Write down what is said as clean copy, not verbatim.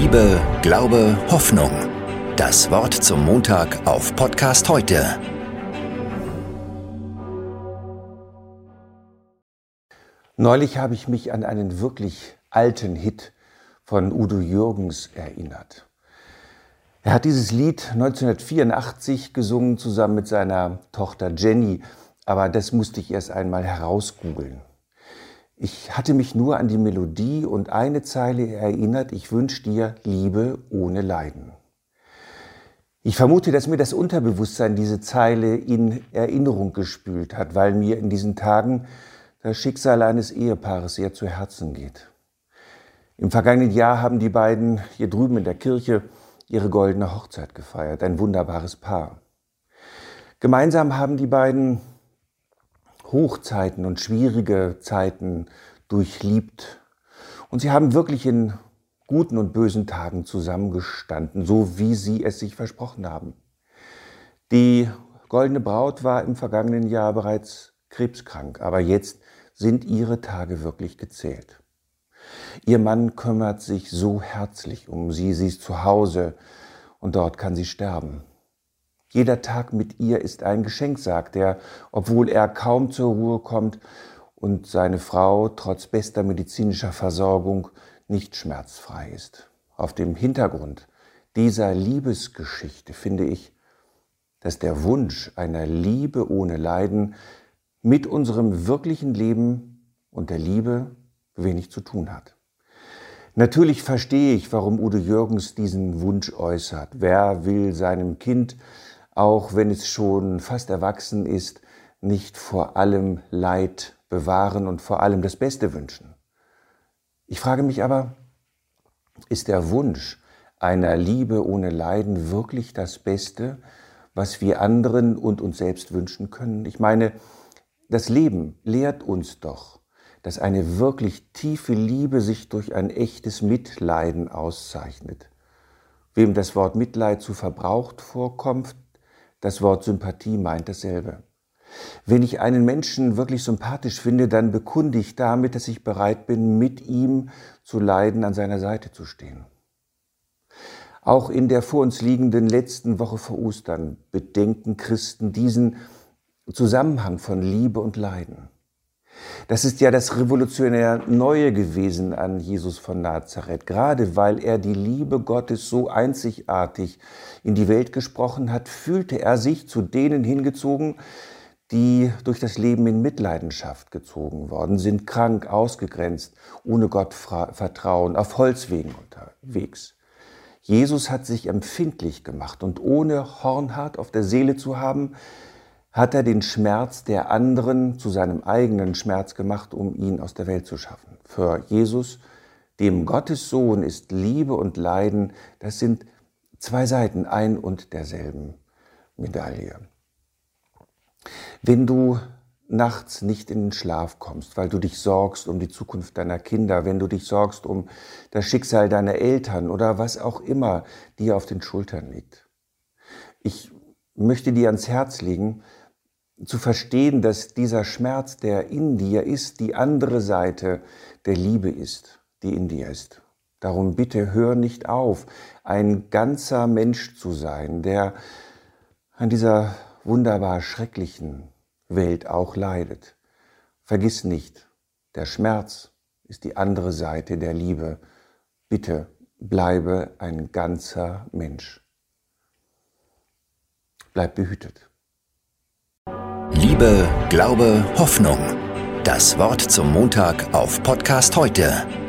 Liebe, Glaube, Hoffnung. Das Wort zum Montag auf Podcast heute. Neulich habe ich mich an einen wirklich alten Hit von Udo Jürgens erinnert. Er hat dieses Lied 1984 gesungen, zusammen mit seiner Tochter Jenny, aber das musste ich erst einmal herausgoogeln. Ich hatte mich nur an die Melodie und eine Zeile erinnert: Ich wünsche dir Liebe ohne Leiden. Ich vermute, dass mir das Unterbewusstsein diese Zeile in Erinnerung gespült hat, weil mir in diesen Tagen das Schicksal eines Ehepaares sehr zu Herzen geht. Im vergangenen Jahr haben die beiden hier drüben in der Kirche ihre goldene Hochzeit gefeiert, ein wunderbares Paar. Gemeinsam haben die beiden Hochzeiten und schwierige Zeiten durchlebt. Und sie haben wirklich in guten und bösen Tagen zusammengestanden, so wie sie es sich versprochen haben. Die goldene Braut war im vergangenen Jahr bereits krebskrank, aber jetzt sind ihre Tage wirklich gezählt. Ihr Mann kümmert sich so herzlich um sie, sie ist zu Hause und dort kann sie sterben. Jeder Tag mit ihr ist ein Geschenk, sagt er, obwohl er kaum zur Ruhe kommt und seine Frau trotz bester medizinischer Versorgung nicht schmerzfrei ist. Auf dem Hintergrund dieser Liebesgeschichte finde ich, dass der Wunsch einer Liebe ohne Leiden mit unserem wirklichen Leben und der Liebe wenig zu tun hat. Natürlich verstehe ich, warum Udo Jürgens diesen Wunsch äußert. Wer will seinem Kind, auch wenn es schon fast erwachsen ist, nicht vor allem Leid bewahren und vor allem das Beste wünschen? Ich frage mich aber, ist der Wunsch einer Liebe ohne Leiden wirklich das Beste, was wir anderen und uns selbst wünschen können? Ich meine, das Leben lehrt uns doch, dass eine wirklich tiefe Liebe sich durch ein echtes Mitleiden auszeichnet. Wem das Wort Mitleid zu verbraucht vorkommt, das Wort Sympathie meint dasselbe. Wenn ich einen Menschen wirklich sympathisch finde, dann bekunde ich damit, dass ich bereit bin, mit ihm zu leiden, an seiner Seite zu stehen. Auch in der vor uns liegenden letzten Woche vor Ostern bedenken Christen diesen Zusammenhang von Liebe und Leiden. Das ist ja das revolutionär Neue gewesen an Jesus von Nazareth, gerade weil er die Liebe Gottes so einzigartig in die Welt gesprochen hat, fühlte er sich zu denen hingezogen, die durch das Leben in Mitleidenschaft gezogen worden sind, krank, ausgegrenzt, ohne Gottvertrauen, auf Holzwegen unterwegs. Jesus hat sich empfindlich gemacht und ohne Hornhaut auf der Seele zu haben, hat er den Schmerz der anderen zu seinem eigenen Schmerz gemacht, um ihn aus der Welt zu schaffen. Für Jesus, dem Gottes Sohn, ist Liebe und Leiden, das sind zwei Seiten ein und derselben Medaille. Wenn du nachts nicht in den Schlaf kommst, weil du dich sorgst um die Zukunft deiner Kinder, wenn du dich sorgst um das Schicksal deiner Eltern oder was auch immer dir auf den Schultern liegt. Ich möchte dir ans Herz legen, zu verstehen, dass dieser Schmerz, der in dir ist, die andere Seite der Liebe ist, die in dir ist. Darum bitte hör nicht auf, ein ganzer Mensch zu sein, der an dieser wunderbar schrecklichen Welt auch leidet. Vergiss nicht, der Schmerz ist die andere Seite der Liebe. Bitte bleibe ein ganzer Mensch. Bleib behütet. Liebe, Glaube, Hoffnung. Das Wort zum Montag auf Podcast heute.